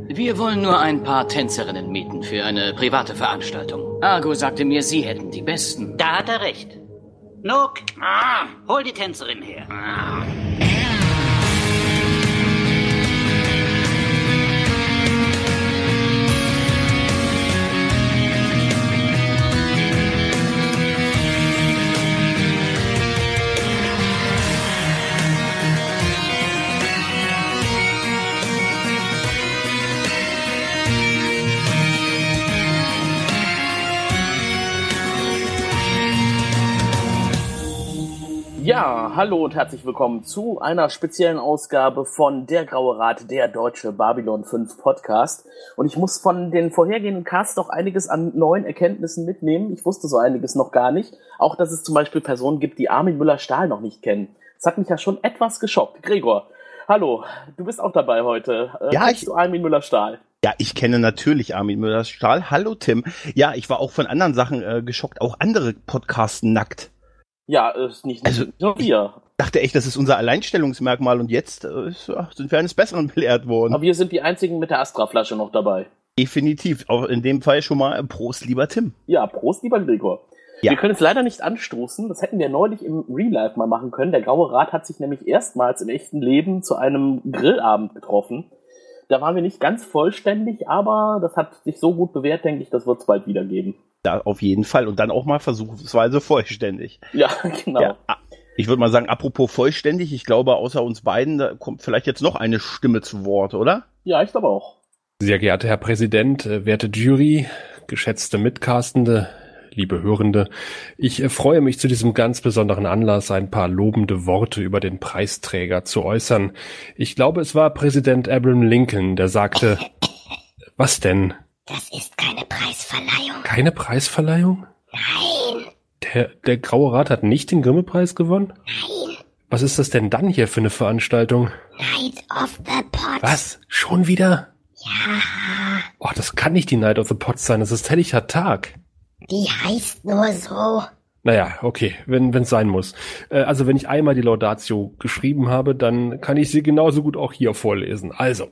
Wir wollen nur ein paar Tänzerinnen mieten für eine private Veranstaltung. Argo sagte mir, Sie hätten die besten. Da hat er recht. Nook, hol die Tänzerin her. Ja, hallo und herzlich willkommen zu einer speziellen Ausgabe von Der Graue Rat, der deutsche Babylon 5 Podcast. Und ich muss von den vorhergehenden Casts doch einiges an neuen Erkenntnissen mitnehmen. Ich wusste so einiges noch gar nicht. Auch, dass es zum Beispiel Personen gibt, die Armin Müller-Stahl noch nicht kennen. Das hat mich ja schon etwas geschockt. Gregor, hallo, du bist auch dabei heute. Kennst du Armin Müller-Stahl? Ja, ich kenne natürlich Armin Müller-Stahl. Hallo Tim. Ja, ich war auch von anderen Sachen geschockt. Auch andere podcasten nackt. Ja, nicht nur wir. Ich dachte echt, das ist unser Alleinstellungsmerkmal und jetzt sind wir eines Besseren belehrt worden. Aber wir sind die einzigen mit der Astra-Flasche noch dabei. Definitiv. Auch in dem Fall schon mal Prost, lieber Tim. Ja, Prost, lieber Gregor. Ja. Wir können es leider nicht anstoßen. Das hätten wir neulich im Real Life mal machen können. Der Graue Rat hat sich nämlich erstmals im echten Leben zu einem Grillabend getroffen. Da waren wir nicht ganz vollständig, aber das hat sich so gut bewährt, denke ich, das wird es bald wieder geben. Da auf jeden Fall. Und dann auch mal versuchsweise vollständig. Ja, genau. Ja, ich würde mal sagen, apropos vollständig, ich glaube, außer uns beiden, da kommt vielleicht jetzt noch eine Stimme zu Wort, oder? Ja, ich glaube auch. Sehr geehrter Herr Präsident, werte Jury, geschätzte Mitcastende, liebe Hörende, ich freue mich zu diesem ganz besonderen Anlass, ein paar lobende Worte über den Preisträger zu äußern. Ich glaube, es war Präsident Abraham Lincoln, der sagte, was denn? Das ist keine Preisverleihung. Keine Preisverleihung? Nein. Der Graue Rat hat nicht den Grimme-Preis gewonnen? Nein. Was ist das denn dann hier für eine Veranstaltung? Night of the Pots. Was? Schon wieder? Ja. Oh, das kann nicht die Night of the Pots sein, das ist Hellicher Tag. Die heißt nur so. Naja, okay, wenn es sein muss. Also wenn ich einmal die Laudatio geschrieben habe, dann kann ich sie genauso gut auch hier vorlesen. Also,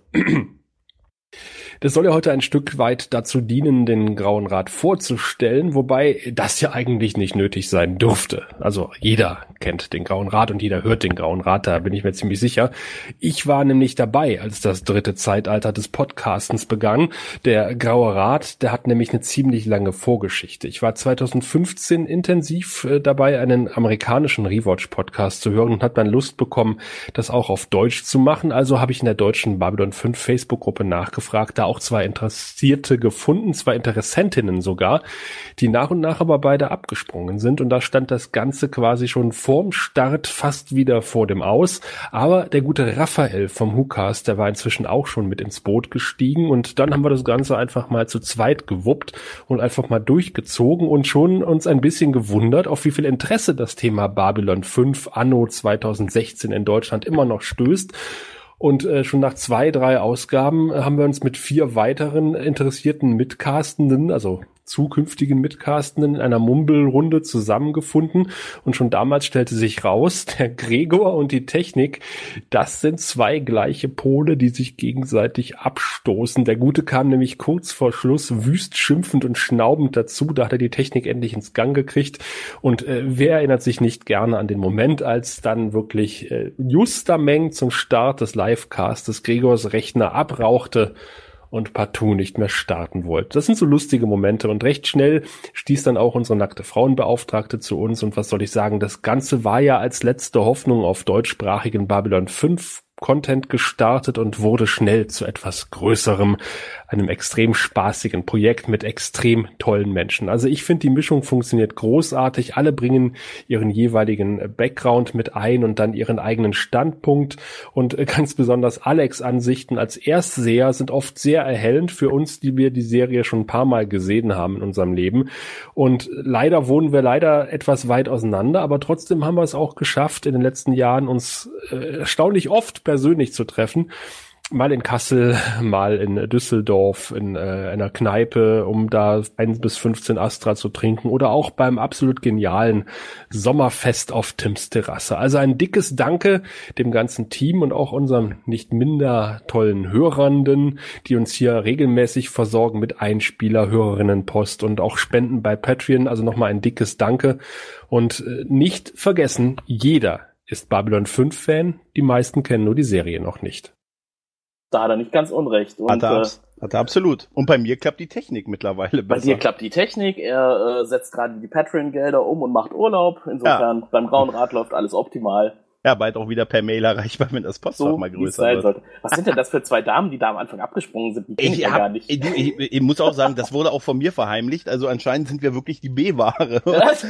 das soll ja heute ein Stück weit dazu dienen, den Grauen Rat vorzustellen, wobei das ja eigentlich nicht nötig sein dürfte. Also jeder kennt den Grauen Rat und jeder hört den Grauen Rat, da bin ich mir ziemlich sicher. Ich war nämlich dabei, als das dritte Zeitalter des Podcastens begann. Der Graue Rat, der hat nämlich eine ziemlich lange Vorgeschichte. Ich war 2015 intensiv dabei, einen amerikanischen Rewatch-Podcast zu hören und hat dann Lust bekommen, das auch auf Deutsch zu machen. Also habe ich in der deutschen Babylon 5 Facebook-Gruppe nachgefragt, da auch 2 Interessierte gefunden, 2 Interessentinnen sogar, die nach und nach aber beide abgesprungen sind und da stand das Ganze quasi schon vorm Start fast wieder vor dem Aus, aber der gute Raphael vom WhoCast, der war inzwischen auch schon mit ins Boot gestiegen und dann haben wir das Ganze einfach mal zu zweit gewuppt und einfach mal durchgezogen und schon uns ein bisschen gewundert, auf wie viel Interesse das Thema Babylon 5 anno 2016 in Deutschland immer noch stößt. Und schon nach 2, 3 Ausgaben haben wir uns mit 4 weiteren interessierten Mitcastenden, also zukünftigen Mitcastenden, in einer Mumbelrunde zusammengefunden. Und schon damals stellte sich raus, der Gregor und die Technik, das sind 2 gleiche Pole, die sich gegenseitig abstoßen. Der Gute kam nämlich kurz vor Schluss wüst schimpfend und schnaubend dazu. Da hat er die Technik endlich ins Gang gekriegt. Und wer erinnert sich nicht gerne an den Moment, als dann wirklich justament zum Start des Livecastes Gregors Rechner abrauchte und partout nicht mehr starten wollte. Das sind so lustige Momente und recht schnell stieß dann auch unsere nackte Frauenbeauftragte zu uns und was soll ich sagen, das Ganze war ja als letzte Hoffnung auf deutschsprachigen Babylon 5 Content gestartet und wurde schnell zu etwas Größerem, einem extrem spaßigen Projekt mit extrem tollen Menschen. Also ich finde, die Mischung funktioniert großartig. Alle bringen ihren jeweiligen Background mit ein und dann ihren eigenen Standpunkt. Und ganz besonders Alex' Ansichten als Erstseher sind oft sehr erhellend für uns, die wir die Serie schon ein paar Mal gesehen haben in unserem Leben. Und leider wohnen wir etwas weit auseinander, aber trotzdem haben wir es auch geschafft, in den letzten Jahren uns erstaunlich oft persönlich zu treffen. Mal in Kassel, mal in Düsseldorf, in einer Kneipe, um da 1 bis 15 Astra zu trinken oder auch beim absolut genialen Sommerfest auf Tims Terrasse. Also ein dickes Danke dem ganzen Team und auch unseren nicht minder tollen Hörenden, die uns hier regelmäßig versorgen mit Einspieler, Hörerinnenpost und auch Spenden bei Patreon. Also nochmal ein dickes Danke und nicht vergessen, jeder ist Babylon 5 Fan, die meisten kennen nur die Serie noch nicht. Da hat er nicht ganz unrecht. Und, hat er absolut. Und bei mir klappt die Technik mittlerweile besser. Bei dir klappt die Technik, er setzt gerade die Patreon-Gelder um und macht Urlaub. Insofern, beim Grauen Rat läuft alles optimal. Ja, bald auch wieder per Mail erreichbar, wenn das Postfach mal größer wird. Sollte. Was sind denn das für 2 Damen, die da am Anfang abgesprungen sind? Die kenne ich ja gar nicht. Ich muss auch sagen, das wurde auch von mir verheimlicht. Also anscheinend sind wir wirklich die B-Ware. Das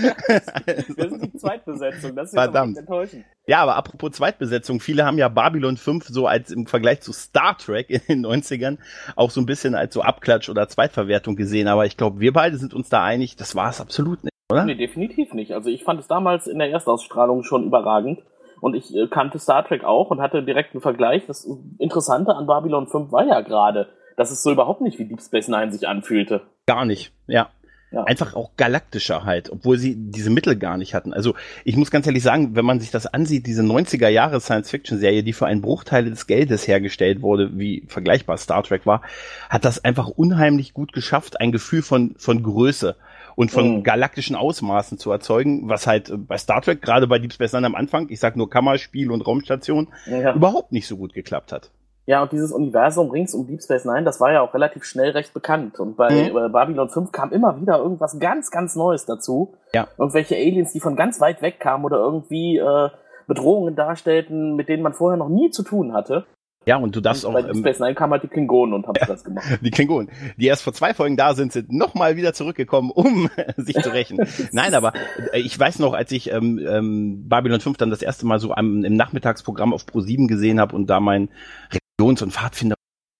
ist die Zweitbesetzung. Das ist verdammt enttäuschend. Ja, aber apropos Zweitbesetzung, viele haben ja Babylon 5 so als im Vergleich zu Star Trek in den 90ern auch so ein bisschen als so Abklatsch oder Zweitverwertung gesehen. Aber ich glaube, wir beide sind uns da einig, das war es absolut nicht, oder? Nee, definitiv nicht. Also ich fand es damals in der Erstausstrahlung schon überragend. Und ich kannte Star Trek auch und hatte direkt einen Vergleich. Das Interessante an Babylon 5 war ja gerade, dass es so überhaupt nicht wie Deep Space Nine sich anfühlte. Gar nicht, ja. Einfach auch galaktischer halt, obwohl sie diese Mittel gar nicht hatten. Also ich muss ganz ehrlich sagen, wenn man sich das ansieht, diese 90er-Jahre Science-Fiction-Serie, die für einen Bruchteil des Geldes hergestellt wurde, wie vergleichbar Star Trek war, hat das einfach unheimlich gut geschafft, ein Gefühl von Größe und von galaktischen Ausmaßen zu erzeugen, was halt bei Star Trek, gerade bei Deep Space Nine am Anfang, ich sag nur Kammerspiel und Raumstation, überhaupt nicht so gut geklappt hat. Ja, und dieses Universum rings um Deep Space Nine, das war ja auch relativ schnell recht bekannt. Und bei Babylon 5 kam immer wieder irgendwas ganz, ganz Neues dazu. Ja. Irgendwelche Aliens, die von ganz weit weg kamen oder irgendwie Bedrohungen darstellten, mit denen man vorher noch nie zu tun hatte. Ja, und du darfst und auch... Bei Deep Space Nine kamen halt die Klingonen und haben das gemacht. Die Klingonen, die erst vor 2 Folgen da sind nochmal wieder zurückgekommen, um sich zu rächen. Nein, aber ich weiß noch, als ich Babylon 5 dann das erste Mal so im Nachmittagsprogramm auf Pro7 gesehen habe und da mein Religions- und Pfadfinder...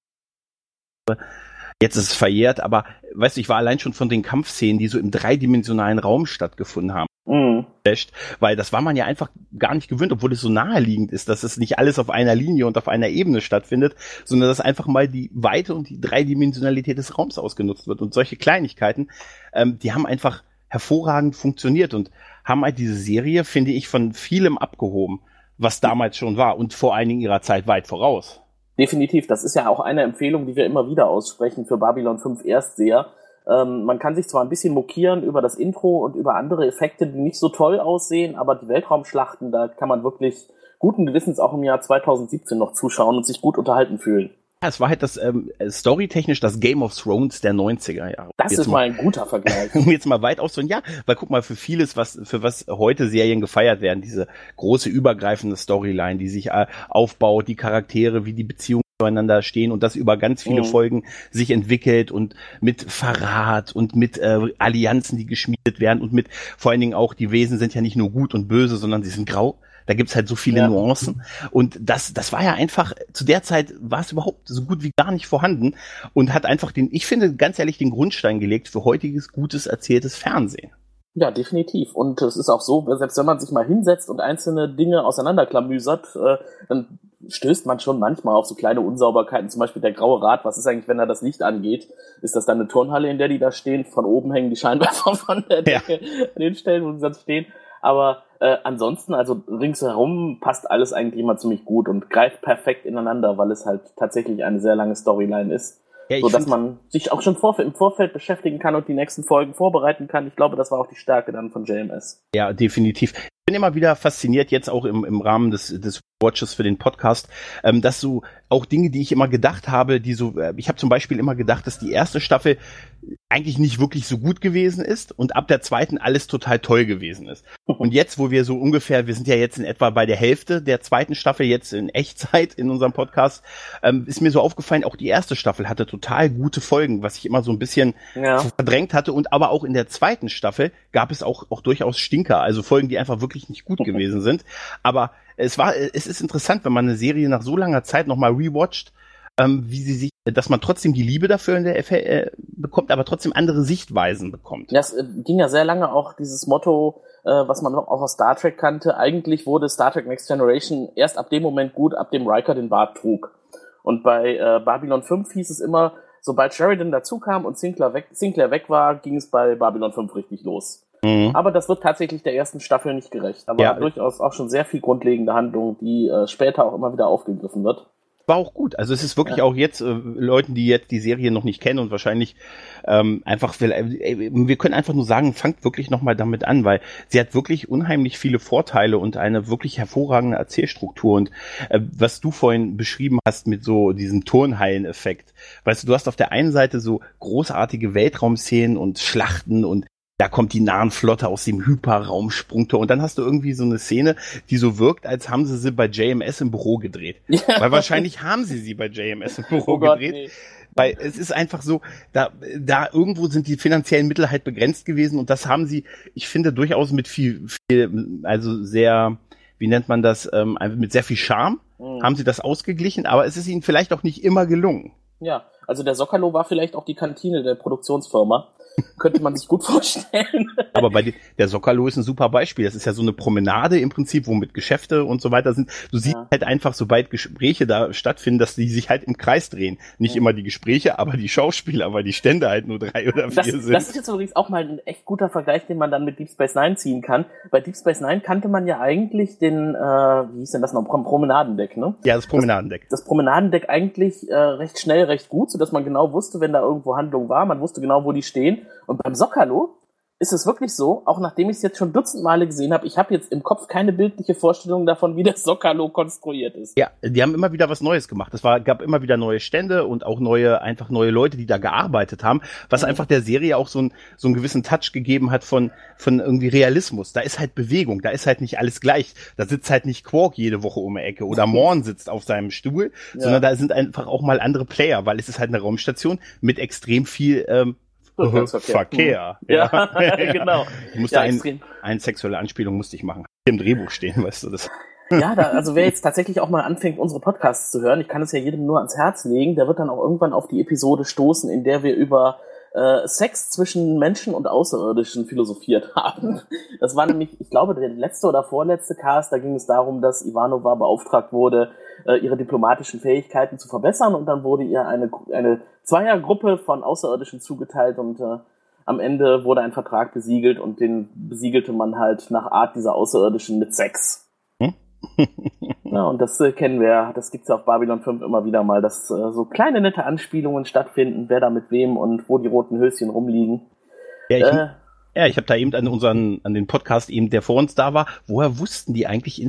Jetzt ist es verjährt, aber weißt du, ich war allein schon von den Kampfszenen, die so im dreidimensionalen Raum stattgefunden haben. Weil das war man ja einfach gar nicht gewöhnt, obwohl es so naheliegend ist, dass es nicht alles auf einer Linie und auf einer Ebene stattfindet, sondern dass einfach mal die Weite und die Dreidimensionalität des Raums ausgenutzt wird. Und solche Kleinigkeiten, die haben einfach hervorragend funktioniert und haben halt diese Serie, finde ich, von vielem abgehoben, was damals schon war und vor allen Dingen ihrer Zeit weit voraus. Definitiv, das ist ja auch eine Empfehlung, die wir immer wieder aussprechen für Babylon 5 Erstseher. Man kann sich zwar ein bisschen mokieren über das Intro und über andere Effekte, die nicht so toll aussehen, aber die Weltraumschlachten, da kann man wirklich guten Gewissens auch im Jahr 2017 noch zuschauen und sich gut unterhalten fühlen. Ja, es war halt das storytechnisch das Game of Thrones der 90er Jahre. Das ist mal ein guter Vergleich. Um jetzt mal weit auszuholen, ja, weil guck mal, für vieles, für was heute Serien gefeiert werden, diese große übergreifende Storyline, die sich aufbaut, die Charaktere, wie die Beziehungen zueinander stehen und das über ganz viele Folgen sich entwickelt und mit Verrat und mit Allianzen, die geschmiedet werden und mit vor allen Dingen auch, die Wesen sind ja nicht nur gut und böse, sondern sie sind grau. Da gibt's halt so viele Nuancen. Und das war ja einfach, zu der Zeit war es überhaupt so gut wie gar nicht vorhanden und hat einfach ich finde ganz ehrlich, den Grundstein gelegt für heutiges, gutes, erzähltes Fernsehen. Ja, definitiv. Und es ist auch so, selbst wenn man sich mal hinsetzt und einzelne Dinge auseinanderklamüsert, dann stößt man schon manchmal auf so kleine Unsauberkeiten. Zum Beispiel der Graue Rat, was ist eigentlich, wenn da das Licht angeht? Ist das dann eine Turnhalle, in der die da stehen? Von oben hängen die Scheinwerfer von der Decke an den Stellen, wo sie dann stehen. Aber ansonsten, also ringsherum passt alles eigentlich immer ziemlich gut und greift perfekt ineinander, weil es halt tatsächlich eine sehr lange Storyline ist. Ja, so dass man sich auch schon im Vorfeld beschäftigen kann und die nächsten Folgen vorbereiten kann. Ich glaube, das war auch die Stärke dann von JMS. Ja, definitiv. Ich bin immer wieder fasziniert, jetzt auch im Rahmen des Watches für den Podcast, dass so auch Dinge, die ich immer gedacht habe, ich habe zum Beispiel immer gedacht, dass die erste Staffel eigentlich nicht wirklich so gut gewesen ist und ab der zweiten alles total toll gewesen ist. Und jetzt, wo wir so ungefähr, wir sind ja jetzt in etwa bei der Hälfte der zweiten Staffel, jetzt in Echtzeit in unserem Podcast, ist mir so aufgefallen, auch die erste Staffel hatte total gute Folgen, was ich immer so ein bisschen verdrängt hatte. Und aber auch in der zweiten Staffel gab es auch durchaus Stinker, also Folgen, die einfach wirklich nicht gut gewesen sind. Aber es ist interessant, wenn man eine Serie nach so langer Zeit nochmal rewatcht, dass man trotzdem die Liebe dafür bekommt, aber trotzdem andere Sichtweisen bekommt. Ja, es ging ja sehr lange auch dieses Motto, was man auch aus Star Trek kannte. Eigentlich wurde Star Trek Next Generation erst ab dem Moment gut, ab dem Riker den Bart trug. Und bei Babylon 5 hieß es immer, sobald Sheridan dazu kam und Sinclair weg war, ging es bei Babylon 5 richtig los. Mhm. Aber das wird tatsächlich der ersten Staffel nicht gerecht. Da war durchaus auch schon sehr viel grundlegende Handlung, die später auch immer wieder aufgegriffen wird. War auch gut. Also es ist wirklich auch jetzt Leuten, die jetzt die Serie noch nicht kennen und wahrscheinlich einfach, wir können einfach nur sagen, fangt wirklich nochmal damit an, weil sie hat wirklich unheimlich viele Vorteile und eine wirklich hervorragende Erzählstruktur. Und was du vorhin beschrieben hast mit so diesem Turnhallen-Effekt, weißt du hast auf der einen Seite so großartige Weltraumszenen und Schlachten und da kommt die Nahenflotte aus dem Hyperraumsprungtor und dann hast du irgendwie so eine Szene, die so wirkt, als haben sie bei JMS im Büro gedreht. Ja. Weil wahrscheinlich haben sie bei JMS im Büro gedreht. Nee. Weil es ist einfach so, da irgendwo sind die finanziellen Mittel halt begrenzt gewesen und das haben sie, ich finde, durchaus mit viel, also sehr, wie nennt man das, mit sehr viel Charme haben sie das ausgeglichen, aber es ist ihnen vielleicht auch nicht immer gelungen. Ja, also der Sockerlo war vielleicht auch die Kantine der Produktionsfirma. Könnte man sich gut vorstellen. Aber der Sockerlo ist ein super Beispiel. Das ist ja so eine Promenade im Prinzip, wo mit Geschäfte und so weiter sind. Du siehst halt einfach, sobald Gespräche da stattfinden, dass die sich halt im Kreis drehen. Nicht immer die Gespräche, aber die Schauspieler, weil die Stände halt nur 3 oder 4 sind. Das ist jetzt übrigens auch mal ein echt guter Vergleich, den man dann mit Deep Space Nine ziehen kann. Bei Deep Space Nine kannte man ja eigentlich den, wie hieß denn das noch, Promenadendeck, ne? Ja, das Promenadendeck. Das Promenadendeck eigentlich recht schnell, recht gut, sodass man genau wusste, wenn da irgendwo Handlung war, man wusste genau, wo die stehen. Und beim Sockerlo ist es wirklich so, auch nachdem ich es jetzt schon dutzend Male gesehen habe, ich habe jetzt im Kopf keine bildliche Vorstellung davon, wie das Sockerlo konstruiert ist. Ja, die haben immer wieder was Neues gemacht. Gab immer wieder neue Stände und auch neue Leute, die da gearbeitet haben, was einfach der Serie auch so einen gewissen Touch gegeben hat von irgendwie Realismus. Da ist halt Bewegung, da ist halt nicht alles gleich. Da sitzt halt nicht Quark jede Woche um die Ecke oder Morn sitzt auf seinem Stuhl, sondern da sind einfach auch mal andere Player, weil es ist halt eine Raumstation mit extrem viel Verkehr. Ja, genau. Ich musste eine sexuelle Anspielung musste ich machen. Hier im Drehbuch stehen, weißt du das? Ja, also wer jetzt tatsächlich auch mal anfängt, unsere Podcasts zu hören, ich kann es ja jedem nur ans Herz legen, der wird dann auch irgendwann auf die Episode stoßen, in der wir über Sex zwischen Menschen und Außerirdischen philosophiert haben. Das war nämlich, ich glaube, der letzte oder vorletzte Cast, da ging es darum, dass Ivanova beauftragt wurde, ihre diplomatischen Fähigkeiten zu verbessern und dann wurde ihr eine Zweiergruppe von Außerirdischen zugeteilt und am Ende wurde ein Vertrag besiegelt und den besiegelte man halt nach Art dieser Außerirdischen mit Sex. Ja, und das kennen wir, das gibt's ja auf Babylon 5 immer wieder mal, dass so kleine nette Anspielungen stattfinden, wer da mit wem und wo die roten Höschen rumliegen. Ja, ich habe da eben an den Podcast eben, der vor uns da war, woher wussten die eigentlich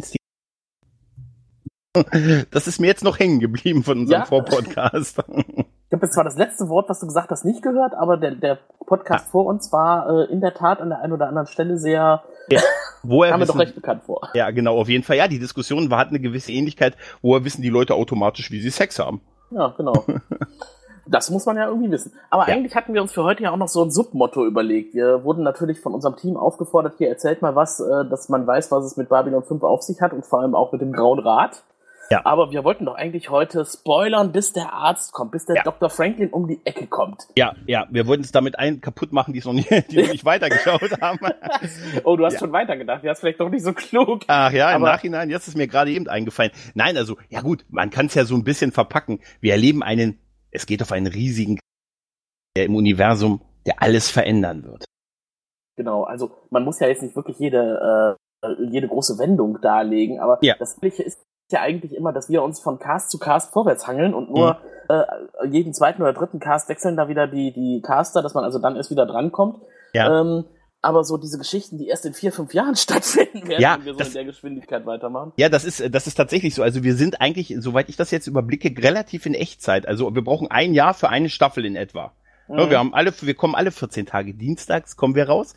Das ist mir jetzt noch hängen geblieben von unserem Vorpodcast. Ich habe jetzt zwar das letzte Wort, was du gesagt hast, nicht gehört, aber der Podcast vor uns war in der Tat an der einen oder anderen Stelle sehr, kam mir doch recht bekannt vor. Ja, genau, auf jeden Fall. Ja, die Diskussion hat eine gewisse Ähnlichkeit. Woher wissen die Leute automatisch, wie sie Sex haben? Ja, genau. Das muss man ja irgendwie wissen. Aber eigentlich hatten wir uns für heute ja auch noch so ein Submotto überlegt. Wir wurden natürlich von unserem Team aufgefordert, hier erzählt mal was, dass man weiß, was es mit Babylon 5 auf sich hat und vor allem auch mit dem Grauen Rat. Ja. Aber wir wollten doch eigentlich heute spoilern, bis der Arzt kommt, bis der Dr. Franklin um die Ecke kommt. Ja, wir wollten es damit kaputt machen, die noch nicht weitergeschaut haben. Oh, du hast schon weitergedacht, du hast vielleicht doch nicht so klug. Ach ja, im Nachhinein, jetzt ist mir gerade eben eingefallen. Nein, also, ja gut, man kann es ja so ein bisschen verpacken. Wir erleben es geht auf einen riesigen im Universum, der alles verändern wird. Genau, also man muss ja jetzt nicht wirklich jede große Wendung darlegen, aber das Gleiche ist ja eigentlich immer, dass wir uns von Cast zu Cast vorwärts hangeln und nur jeden zweiten oder dritten Cast wechseln da wieder die Caster, dass man also dann erst wieder drankommt. Ja. Aber so diese Geschichten, die erst in 4-5 Jahren stattfinden werden, wenn wir so in der Geschwindigkeit weitermachen. Ja, das ist tatsächlich so. Also wir sind eigentlich, soweit ich das jetzt überblicke, relativ in Echtzeit. Also wir brauchen 1 Jahr für eine Staffel in etwa. Ja, wir kommen alle 14 Tage dienstags, kommen wir raus.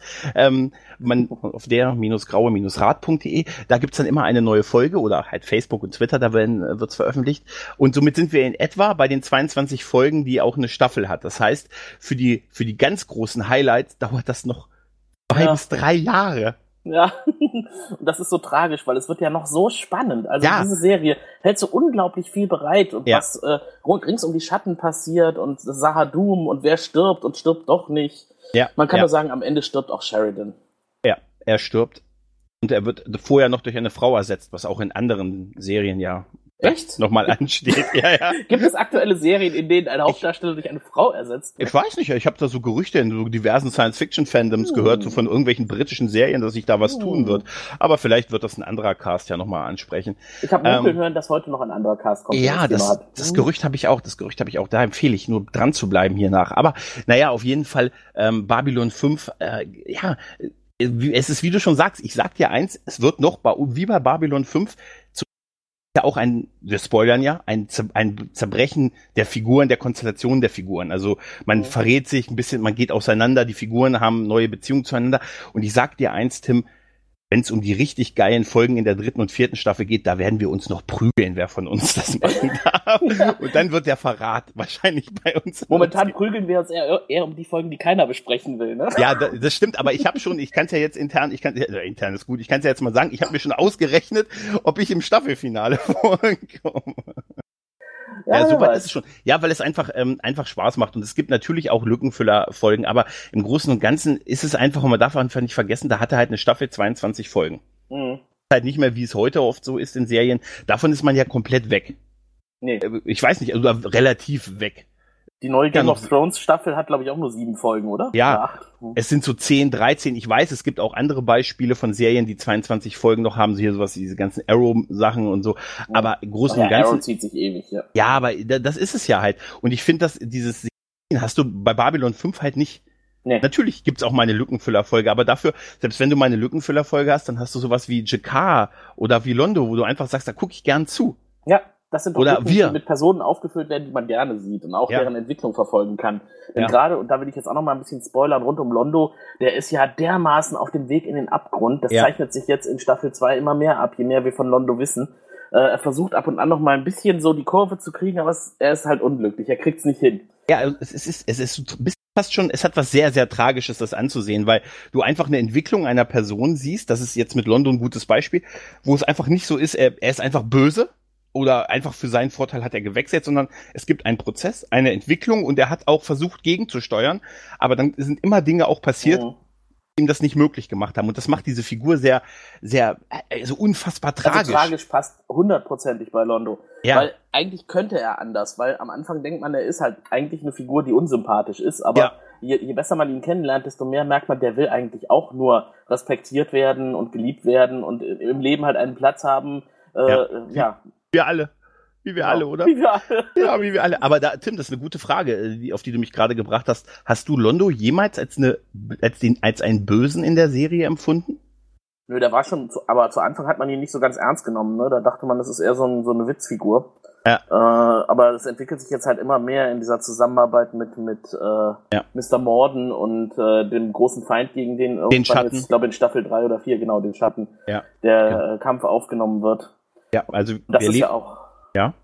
Auf der-graue-rat.de, da gibt's dann immer eine neue Folge oder halt Facebook und Twitter, da wird's veröffentlicht. Und somit sind wir in etwa bei den 22 Folgen, die auch eine Staffel hat. Das heißt, für die ganz großen Highlights dauert das noch 2 bis 3 Jahre. Ja, und das ist so tragisch, weil es wird ja noch so spannend. Also diese Serie hält so unglaublich viel bereit und was rings um die Schatten passiert und Sahadum und wer stirbt und stirbt doch nicht. Ja, man kann nur sagen, am Ende stirbt auch Sheridan. Ja, er stirbt und er wird vorher noch durch eine Frau ersetzt, was auch in anderen Serien Echt? nochmal ansteht. Ja. Gibt es aktuelle Serien, in denen eine Hauptdarsteller durch eine Frau ersetzt wird? Ich weiß nicht, ich habe da so Gerüchte in so diversen Science-Fiction-Fandoms gehört, so von irgendwelchen britischen Serien, dass sich da was tun wird. Aber vielleicht wird das ein anderer Cast ja nochmal ansprechen. Ich habe munkeln hören, dass heute noch ein anderer Cast kommt. Ja, das Gerücht habe ich auch. Da empfehle ich nur dran zu bleiben hier nach. Aber naja, auf jeden Fall Babylon 5, es ist, wie du schon sagst, ich sag dir eins, es wird noch wie bei Babylon 5 ja auch wir spoilern ja, ein Zerbrechen der Figuren, der Konstellation der Figuren. Also man verrät sich ein bisschen, man geht auseinander, die Figuren haben neue Beziehungen zueinander. Und ich sag dir eins, Tim, wenn es um die richtig geilen Folgen in der 3. und 4. Staffel geht, da werden wir uns noch prügeln, wer von uns das machen darf. Und dann wird der Verrat wahrscheinlich bei uns. Momentan prügeln wir uns eher um die Folgen, die keiner besprechen will, ne? Ja, das stimmt, aber ich kann es ja jetzt intern ist gut, ich kann es ja jetzt mal sagen, ich habe mir schon ausgerechnet, ob ich im Staffelfinale vorkomme. Ja, super ist es schon. Ja, weil es einfach Spaß macht. Und es gibt natürlich auch Lückenfüller-Folgen, aber im Großen und Ganzen ist es einfach, und man darf einfach nicht vergessen, da hatte halt eine Staffel 22 Folgen. Mhm. Halt nicht mehr, wie es heute oft so ist in Serien. Davon ist man ja komplett weg. Nee. Ich weiß nicht, also relativ weg. Die neue Game of Thrones Staffel hat, glaube ich, auch nur 7 Folgen, oder? Ja, es sind so 10, 13. Ich weiß, es gibt auch andere Beispiele von Serien, die 22 Folgen noch haben, so hier sowas, diese ganzen Arrow-Sachen und so. Aber im Großen und Ganzen. Arrow zieht sich ewig, ja. Ja, aber das ist es ja halt. Und ich finde, dass dieses hast du bei Babylon 5 halt nicht. Nee. Natürlich gibt's auch mal eine Lückenfüllerfolge, aber dafür, selbst wenn du mal eine Lückenfüllerfolge hast, dann hast du sowas wie Jakar oder wie Londo, wo du einfach sagst, da gucke ich gern zu. Ja. Das sind doch Lücken, die mit Personen aufgefüllt werden, die man gerne sieht und auch deren Entwicklung verfolgen kann. Denn gerade, und da will ich jetzt auch noch mal ein bisschen spoilern, rund um Londo, der ist ja dermaßen auf dem Weg in den Abgrund. Das zeichnet sich jetzt in Staffel 2 immer mehr ab, je mehr wir von Londo wissen. Er versucht ab und an noch mal ein bisschen so die Kurve zu kriegen, aber er ist halt unglücklich. Er kriegt's nicht hin. Ja, es ist fast schon, es hat was sehr, sehr Tragisches, das anzusehen, weil du einfach eine Entwicklung einer Person siehst, das ist jetzt mit Londo ein gutes Beispiel, wo es einfach nicht so ist, er ist einfach böse, oder einfach für seinen Vorteil hat er gewechselt, sondern es gibt einen Prozess, eine Entwicklung und er hat auch versucht gegenzusteuern, aber dann sind immer Dinge auch passiert, die ihm das nicht möglich gemacht haben und das macht diese Figur sehr, sehr, so unfassbar tragisch. Also tragisch passt 100%ig bei Londo, weil eigentlich könnte er anders, weil am Anfang denkt man, er ist halt eigentlich eine Figur, die unsympathisch ist, aber je besser man ihn kennenlernt, desto mehr merkt man, der will eigentlich auch nur respektiert werden und geliebt werden und im Leben halt einen Platz haben, Wir alle. Wie wir alle, oder? Wie wir alle. Ja, wie wir alle. Aber Tim, das ist eine gute Frage, auf die du mich gerade gebracht hast. Hast du Londo jemals als einen Bösen in der Serie empfunden? Nö, der war schon, aber zu Anfang hat man ihn nicht so ganz ernst genommen, ne? Da dachte man, das ist eher so eine Witzfigur. Ja. Aber es entwickelt sich jetzt halt immer mehr in dieser Zusammenarbeit mit Mr. Morden und dem großen Feind, gegen den irgendwann jetzt, ich glaube in Staffel 3 oder 4, genau, den Schatten, der Kampf aufgenommen wird. Ja, also das ist ja auch. Ja?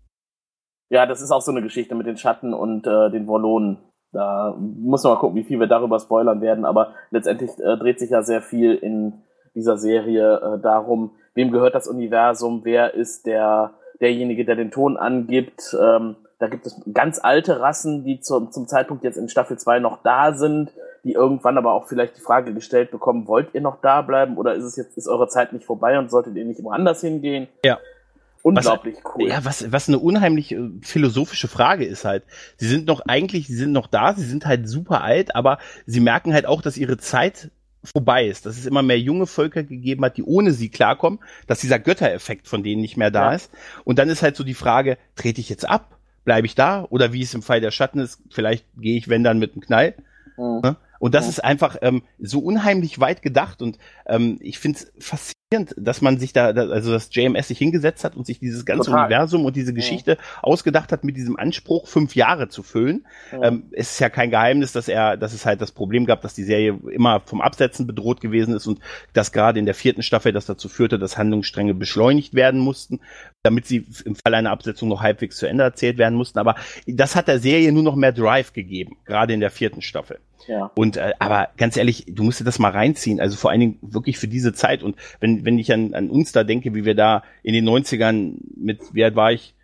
Ja, das ist auch so eine Geschichte mit den Schatten und den Wollonen. Da muss man mal gucken, wie viel wir darüber spoilern werden, aber letztendlich dreht sich ja sehr viel in dieser Serie darum, wem gehört das Universum, wer ist derjenige, der den Ton angibt. Da gibt es ganz alte Rassen, die zum Zeitpunkt jetzt in Staffel 2 noch da sind, die irgendwann aber auch vielleicht die Frage gestellt bekommen, wollt ihr noch da bleiben oder ist eure Zeit nicht vorbei und solltet ihr nicht woanders hingehen? Ja. Unglaublich cool. Ja, was eine unheimlich philosophische Frage ist halt. Sie sind noch da, sie sind halt super alt, aber sie merken halt auch, dass ihre Zeit vorbei ist, dass es immer mehr junge Völker gegeben hat, die ohne sie klarkommen, dass dieser Göttereffekt von denen nicht mehr da ist. Und dann ist halt so die Frage, trete ich jetzt ab? Bleibe ich da? Oder wie es im Fall der Schatten ist, vielleicht gehe ich, wenn dann, mit einem Knall. Mhm. Und das ist einfach so unheimlich weit gedacht und ich finde es faszinierend, dass man sich dass JMS sich hingesetzt hat und sich dieses ganze Universum und diese Geschichte ausgedacht hat, mit diesem Anspruch 5 Jahre zu füllen. Es ist ja kein Geheimnis, dass es halt das Problem gab, dass die Serie immer vom Absetzen bedroht gewesen ist und dass gerade in der 4. Staffel das dazu führte, dass Handlungsstränge beschleunigt werden mussten, damit sie im Fall einer Absetzung noch halbwegs zu Ende erzählt werden mussten. Aber das hat der Serie nur noch mehr Drive gegeben, gerade in der 4. Staffel. Ja. Und aber ganz ehrlich, du musst dir das mal reinziehen, also vor allen Dingen wirklich für diese Zeit. Und wenn ich an uns da denke, wie wir da in den 90ern wie alt war ich?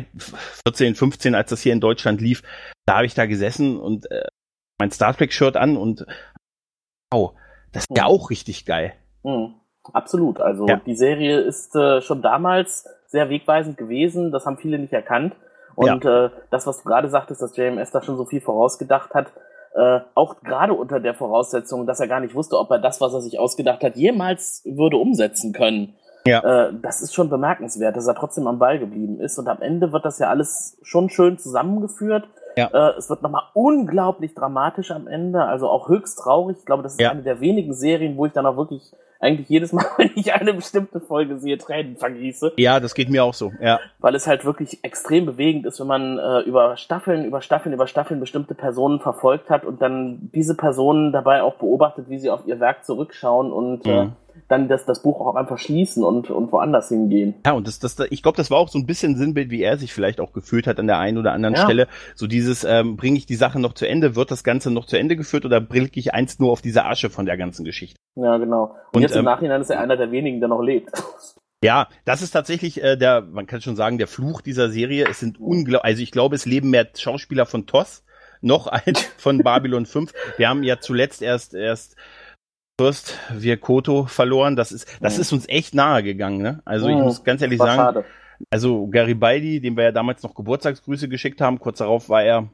14, 15, als das hier in Deutschland lief, da habe ich da gesessen und mein Star Trek-Shirt an und wow, das ist ja auch richtig geil. Absolut, also die Serie ist schon damals sehr wegweisend gewesen. Das haben viele nicht erkannt. Und das, was du gerade sagtest, dass JMS da schon so viel vorausgedacht hat, auch gerade unter der Voraussetzung, dass er gar nicht wusste, ob er das, was er sich ausgedacht hat, jemals würde umsetzen können. Ja. Das ist schon bemerkenswert, dass er trotzdem am Ball geblieben ist. Und am Ende wird das ja alles schon schön zusammengeführt. Ja. Es wird nochmal unglaublich dramatisch am Ende, also auch höchst traurig. Ich glaube, das ist eine der wenigen Serien, wo ich dann auch wirklich eigentlich jedes Mal, wenn ich eine bestimmte Folge sehe, Tränen vergieße. Ja, das geht mir auch so, ja. Weil es halt wirklich extrem bewegend ist, wenn man über Staffeln bestimmte Personen verfolgt hat und dann diese Personen dabei auch beobachtet, wie sie auf ihr Werk zurückschauen und dann das Buch auch einfach schließen und woanders hingehen. Ja, und ich glaube, das war auch so ein bisschen Sinnbild, wie er sich vielleicht auch gefühlt hat an der einen oder anderen Stelle. So dieses, bringe ich die Sache noch zu Ende, wird das Ganze noch zu Ende geführt oder blicke ich einst nur auf diese Asche von der ganzen Geschichte? Ja, genau. Und jetzt im Nachhinein ist er einer der wenigen, der noch lebt. Ja, das ist tatsächlich man kann schon sagen, der Fluch dieser Serie. Es sind also ich glaube, es leben mehr Schauspieler von TOS noch als von Babylon 5. Wir haben ja zuletzt erst Fürst Virkoto verloren. Das ist uns echt nahe gegangen, ne? Also ich muss ganz ehrlich sagen, schade. Also Garibaldi, dem wir ja damals noch Geburtstagsgrüße geschickt haben, kurz darauf war er.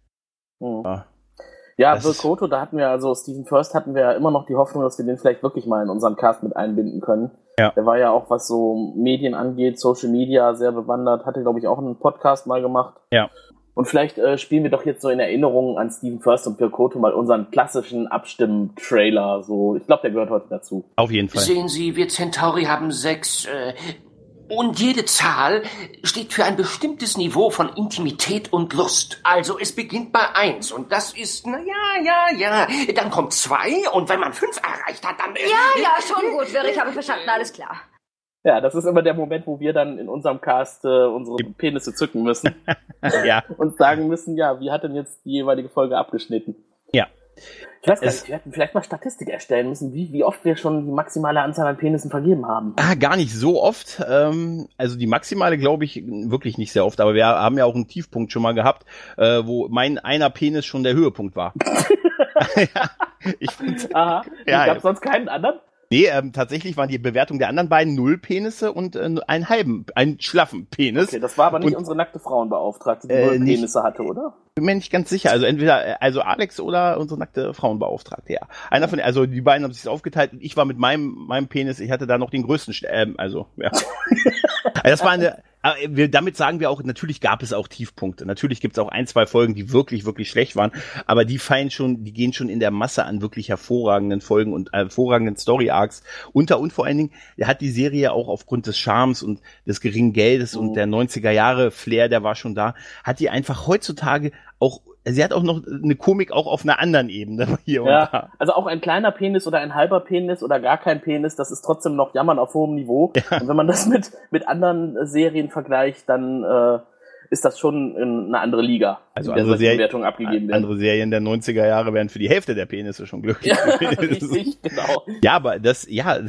Ja, Virkoto, da hatten wir also Stephen Furst hatten wir ja immer noch die Hoffnung, dass wir den vielleicht wirklich mal in unseren Cast mit einbinden können. Ja. Der war ja auch, was so Medien angeht, Social Media sehr bewandert, hatte, glaube ich, auch einen Podcast mal gemacht. Ja. Und vielleicht spielen wir doch jetzt so in Erinnerung an Stephen Furst und Virkoto mal unseren klassischen Abstimm-Trailer. So, ich glaube, der gehört heute dazu. Auf jeden Fall. Sehen Sie, wir Centauri haben 6 und jede Zahl steht für ein bestimmtes Niveau von Intimität und Lust. Also es beginnt bei 1 und das ist, ja. Dann kommt 2 und wenn man 5 erreicht hat, dann... Ja, schon gut, ich habe verstanden, alles klar. Ja, das ist immer der Moment, wo wir dann in unserem Cast unsere Penisse zücken müssen. Ja. Und sagen müssen, ja, wie hat denn jetzt die jeweilige Folge abgeschnitten? Ja. Ich weiß gar nicht, wir hätten vielleicht mal Statistik erstellen müssen, wie oft wir schon die maximale Anzahl an Penissen vergeben haben. Gar nicht so oft. Also die maximale glaube ich wirklich nicht sehr oft, aber wir haben ja auch einen Tiefpunkt schon mal gehabt, wo mein einer Penis schon der Höhepunkt war. Aha, gab es sonst keinen anderen? Nee, tatsächlich waren die Bewertung der anderen beiden 0 Penisse und einen schlaffen Penis. Okay, das war aber nicht unsere nackte Frauenbeauftragte, die 0 Penisse hatte, oder? Bin mir nicht ganz sicher. Also entweder Alex oder unsere nackte Frauenbeauftragte, ja. Also die beiden haben sich aufgeteilt und ich war mit meinem Penis, ich hatte da noch den größten, Also das war damit sagen wir auch, natürlich gab es auch Tiefpunkte. Natürlich gibt es auch 1, 2 Folgen, die wirklich, wirklich schlecht waren. Aber die gehen schon in der Masse an wirklich hervorragenden Folgen und hervorragenden Story-Arcs unter. Und vor allen Dingen, hat die Serie auch aufgrund des Charmes und des geringen Geldes und der 90er-Jahre-Flair, der war schon da, hat die einfach heutzutage auch, sie hat auch noch eine Komik auch auf einer anderen Ebene hier und da. Also auch ein kleiner Penis oder ein halber Penis oder gar kein Penis, das ist trotzdem noch Jammern auf hohem Niveau. Ja. Und wenn man das mit anderen Serien vergleicht, dann ist das schon eine andere Liga, also in der solche Bewertungen abgegeben werden. Andere Serien der 90er Jahre wären für die Hälfte der Penisse schon glücklich. Ja, richtig, genau. Ja, aber das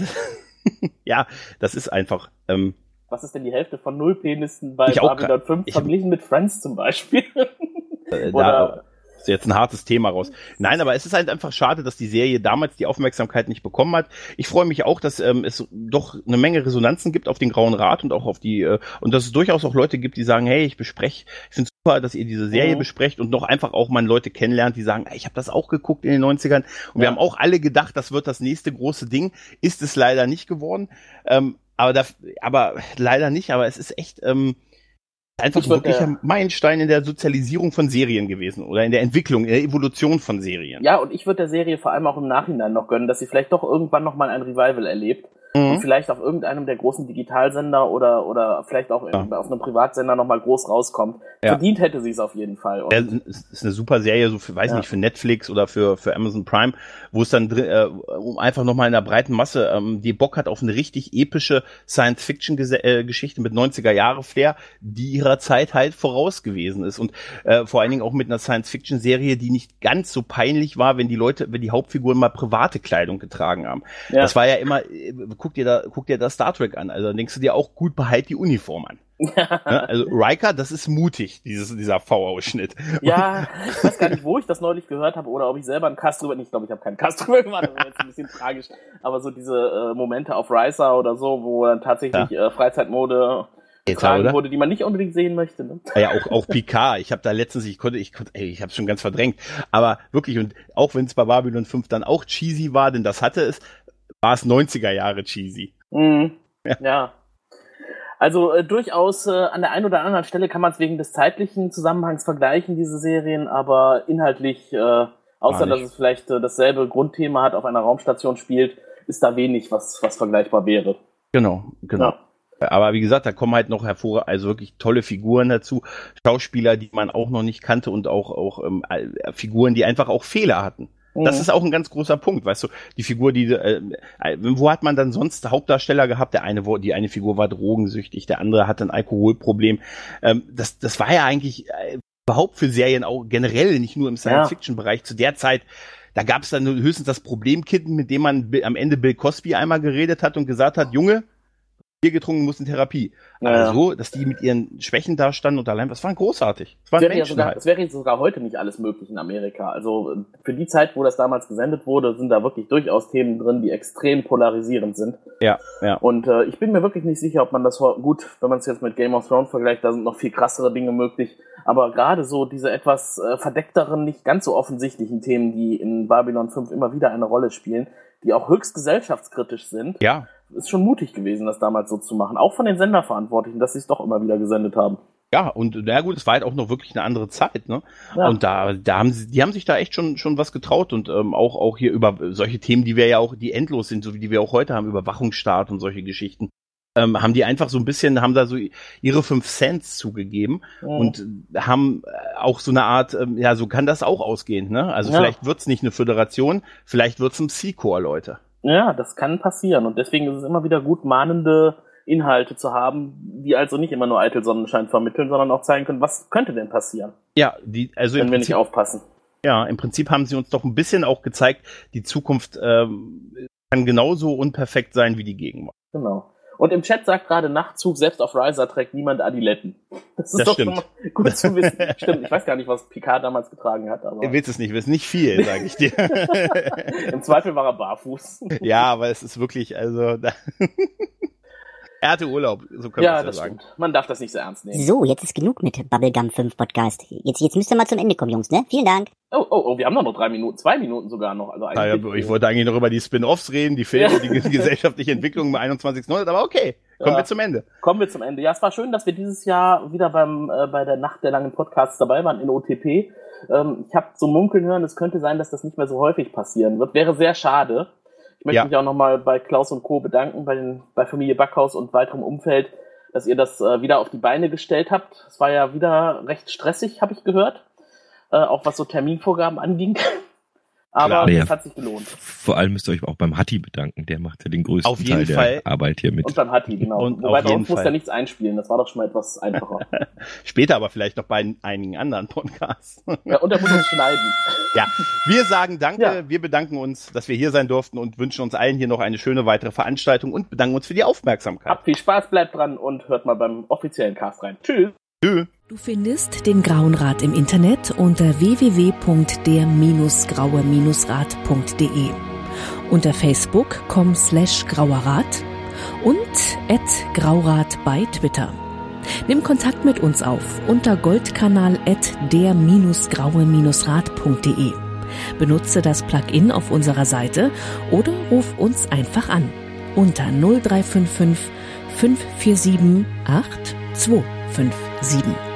ist einfach... Was ist denn die Hälfte von 0 Penissen bei Babylon 5 verglichen mit Friends zum Beispiel? Da ist jetzt ein hartes Thema raus. Nein, aber es ist halt einfach schade, dass die Serie damals die Aufmerksamkeit nicht bekommen hat. Ich freue mich auch, dass es doch eine Menge Resonanzen gibt auf den Grauen Rat und auch auf die und dass es durchaus auch Leute gibt, die sagen, hey, ich finde super, dass ihr diese Serie besprecht und noch einfach auch mal Leute kennenlernt, die sagen, ich habe das auch geguckt in den 90ern und wir haben auch alle gedacht, das wird das nächste große Ding. Ist es leider nicht geworden. Aber leider nicht, aber es ist echt einfach wirklich ein Meilenstein in der Sozialisierung von Serien gewesen oder in der Entwicklung, in der Evolution von Serien. Ja, und ich würde der Serie vor allem auch im Nachhinein noch gönnen, dass sie vielleicht doch irgendwann noch mal ein Revival erlebt und vielleicht auf irgendeinem der großen Digitalsender oder vielleicht auch auf einem Privatsender noch mal groß rauskommt. Ja. Verdient hätte sie es auf jeden Fall. Und es ist eine super Serie, so für, nicht, für Netflix oder für Amazon Prime, wo es dann einfach noch mal in der breiten Masse die Bock hat auf eine richtig epische Science-Fiction-Geschichte mit 90er-Jahre-Flair, die ihrer Zeit halt voraus gewesen ist und vor allen Dingen auch mit einer Science-Fiction-Serie, die nicht ganz so peinlich war, wenn die Hauptfiguren mal private Kleidung getragen haben. Ja. Das war ja immer, guck dir da Star Trek an, also dann denkst du dir auch, gut, behalt die Uniform an. Ja, also Riker, das ist mutig, dieser V-Ausschnitt. Ja, ich weiß gar nicht, wo ich das neulich gehört habe oder ob ich selber einen Cast drüber, ich glaube, ich habe keinen Cast drüber gemacht, das ist jetzt ein bisschen tragisch, aber so diese Momente auf Riser oder so, wo dann tatsächlich Freizeitmode getragen wurde, die man nicht unbedingt sehen möchte. Ne? Ja, auch Picard. Ich habe da letztens, ich habe es schon ganz verdrängt. Aber wirklich, und auch wenn es bei Babylon 5 dann auch cheesy war, denn das hatte es, war es 90er Jahre cheesy. Mhm. Ja. Also durchaus an der einen oder anderen Stelle kann man es wegen des zeitlichen Zusammenhangs vergleichen, diese Serien, aber inhaltlich, außer dass es vielleicht dasselbe Grundthema hat, auf einer Raumstation spielt, ist da wenig, was vergleichbar wäre. Genau. Ja. Aber wie gesagt, da kommen halt noch also wirklich tolle Figuren dazu, Schauspieler, die man auch noch nicht kannte und auch Figuren, die einfach auch Fehler hatten. Das ist auch ein ganz großer Punkt, weißt du, die Figur, wo hat man dann sonst Hauptdarsteller gehabt? Die eine Figur war drogensüchtig, der andere hatte ein Alkoholproblem. Das war ja eigentlich überhaupt für Serien auch generell, nicht nur im Science-Fiction-Bereich. Zu der Zeit, da gab es dann höchstens das Problemkind, mit dem man am Ende Bill Cosby einmal geredet hat und gesagt hat, Junge, Bier getrunken, muss in Therapie. Also, dass die mit ihren Schwächen da standen und allein, das war großartig. Das wäre jetzt sogar heute nicht alles möglich in Amerika. Also für die Zeit, wo das damals gesendet wurde, sind da wirklich durchaus Themen drin, die extrem polarisierend sind. Ja. Und ich bin mir wirklich nicht sicher, ob man das gut, wenn man es jetzt mit Game of Thrones vergleicht, da sind noch viel krassere Dinge möglich. Aber gerade so diese etwas verdeckteren, nicht ganz so offensichtlichen Themen, die in Babylon 5 immer wieder eine Rolle spielen, die auch höchst gesellschaftskritisch sind. Ja. Ist schon mutig gewesen, das damals so zu machen. Auch von den Senderverantwortlichen, dass sie es doch immer wieder gesendet haben. Ja, und na gut, es war halt auch noch wirklich eine andere Zeit, ne? Ja. Und die haben sich da echt schon was getraut und auch hier über solche Themen, die wir ja auch, die endlos sind, so wie die wir auch heute haben, Überwachungsstaat und solche Geschichten, haben die einfach so ein bisschen, haben da so ihre 5 Cents zugegeben und haben auch so eine Art, so kann das auch ausgehen, ne? Also vielleicht wird's nicht eine Föderation, vielleicht wird's ein Sea-Corps, Leute. Ja, das kann passieren und deswegen ist es immer wieder gut, mahnende Inhalte zu haben, die also nicht immer nur eitel Sonnenschein vermitteln, sondern auch zeigen können, was könnte denn passieren? Ja, wenn wir nicht aufpassen. Ja, im Prinzip haben sie uns doch ein bisschen auch gezeigt, die Zukunft kann genauso unperfekt sein wie die Gegenwart. Genau. Und im Chat sagt gerade Nachtzug, selbst auf Riser trägt niemand Adiletten. Das ist doch schon mal gut zu wissen. Stimmt, ich weiß gar nicht, was Picard damals getragen hat. Aber du willst es nicht wissen, nicht viel, sage ich dir. Im Zweifel war er barfuß. Ja, aber es ist wirklich, also... Er hatte Urlaub, so können wir es ja sagen. Stimmt. Man darf das nicht so ernst nehmen. So, jetzt ist genug mit Bubblegum 5 Podcast. Jetzt müsst ihr mal zum Ende kommen, Jungs, ne? Vielen Dank. Oh, wir haben noch 3 Minuten, 2 Minuten sogar noch. Also ich wollte eigentlich noch über die Spin-Offs reden, die Filme, die gesellschaftliche Entwicklung im 21. Jahrhundert, aber okay, kommen wir zum Ende. Ja, es war schön, dass wir dieses Jahr wieder bei der Nacht der langen Podcasts dabei waren in OTP. Ich habe so munkeln hören, es könnte sein, dass das nicht mehr so häufig passieren wird. Wäre sehr schade. Ich möchte mich auch nochmal bei Klaus und Co. bedanken, bei Familie Backhaus und weiterem Umfeld, dass ihr das wieder auf die Beine gestellt habt. Es war ja wieder recht stressig, habe ich gehört, auch was so Terminvorgaben anging. Aber es hat sich gelohnt. Vor allem müsst ihr euch auch beim Hatti bedanken, der macht ja den größten Teil der Arbeit hier mit. Und beim Hatti, genau. Wobei bei uns muss ja nichts einspielen, das war doch schon mal etwas einfacher. Später aber vielleicht noch bei einigen anderen Podcasts. Ja, und er muss uns schneiden. Ja, wir sagen Danke, wir bedanken uns, dass wir hier sein durften und wünschen uns allen hier noch eine schöne weitere Veranstaltung und bedanken uns für die Aufmerksamkeit. Habt viel Spaß, bleibt dran und hört mal beim offiziellen Cast rein. Tschüss. Tschüss. Du findest den Grauen Rat im Internet unter www.der-graue-rat.de, unter Facebook.com/grauerrat und @graurat bei Twitter. Nimm Kontakt mit uns auf unter goldkanal @der-graue-rat.de. Benutze das Plugin auf unserer Seite oder ruf uns einfach an unter 0355 547 8257.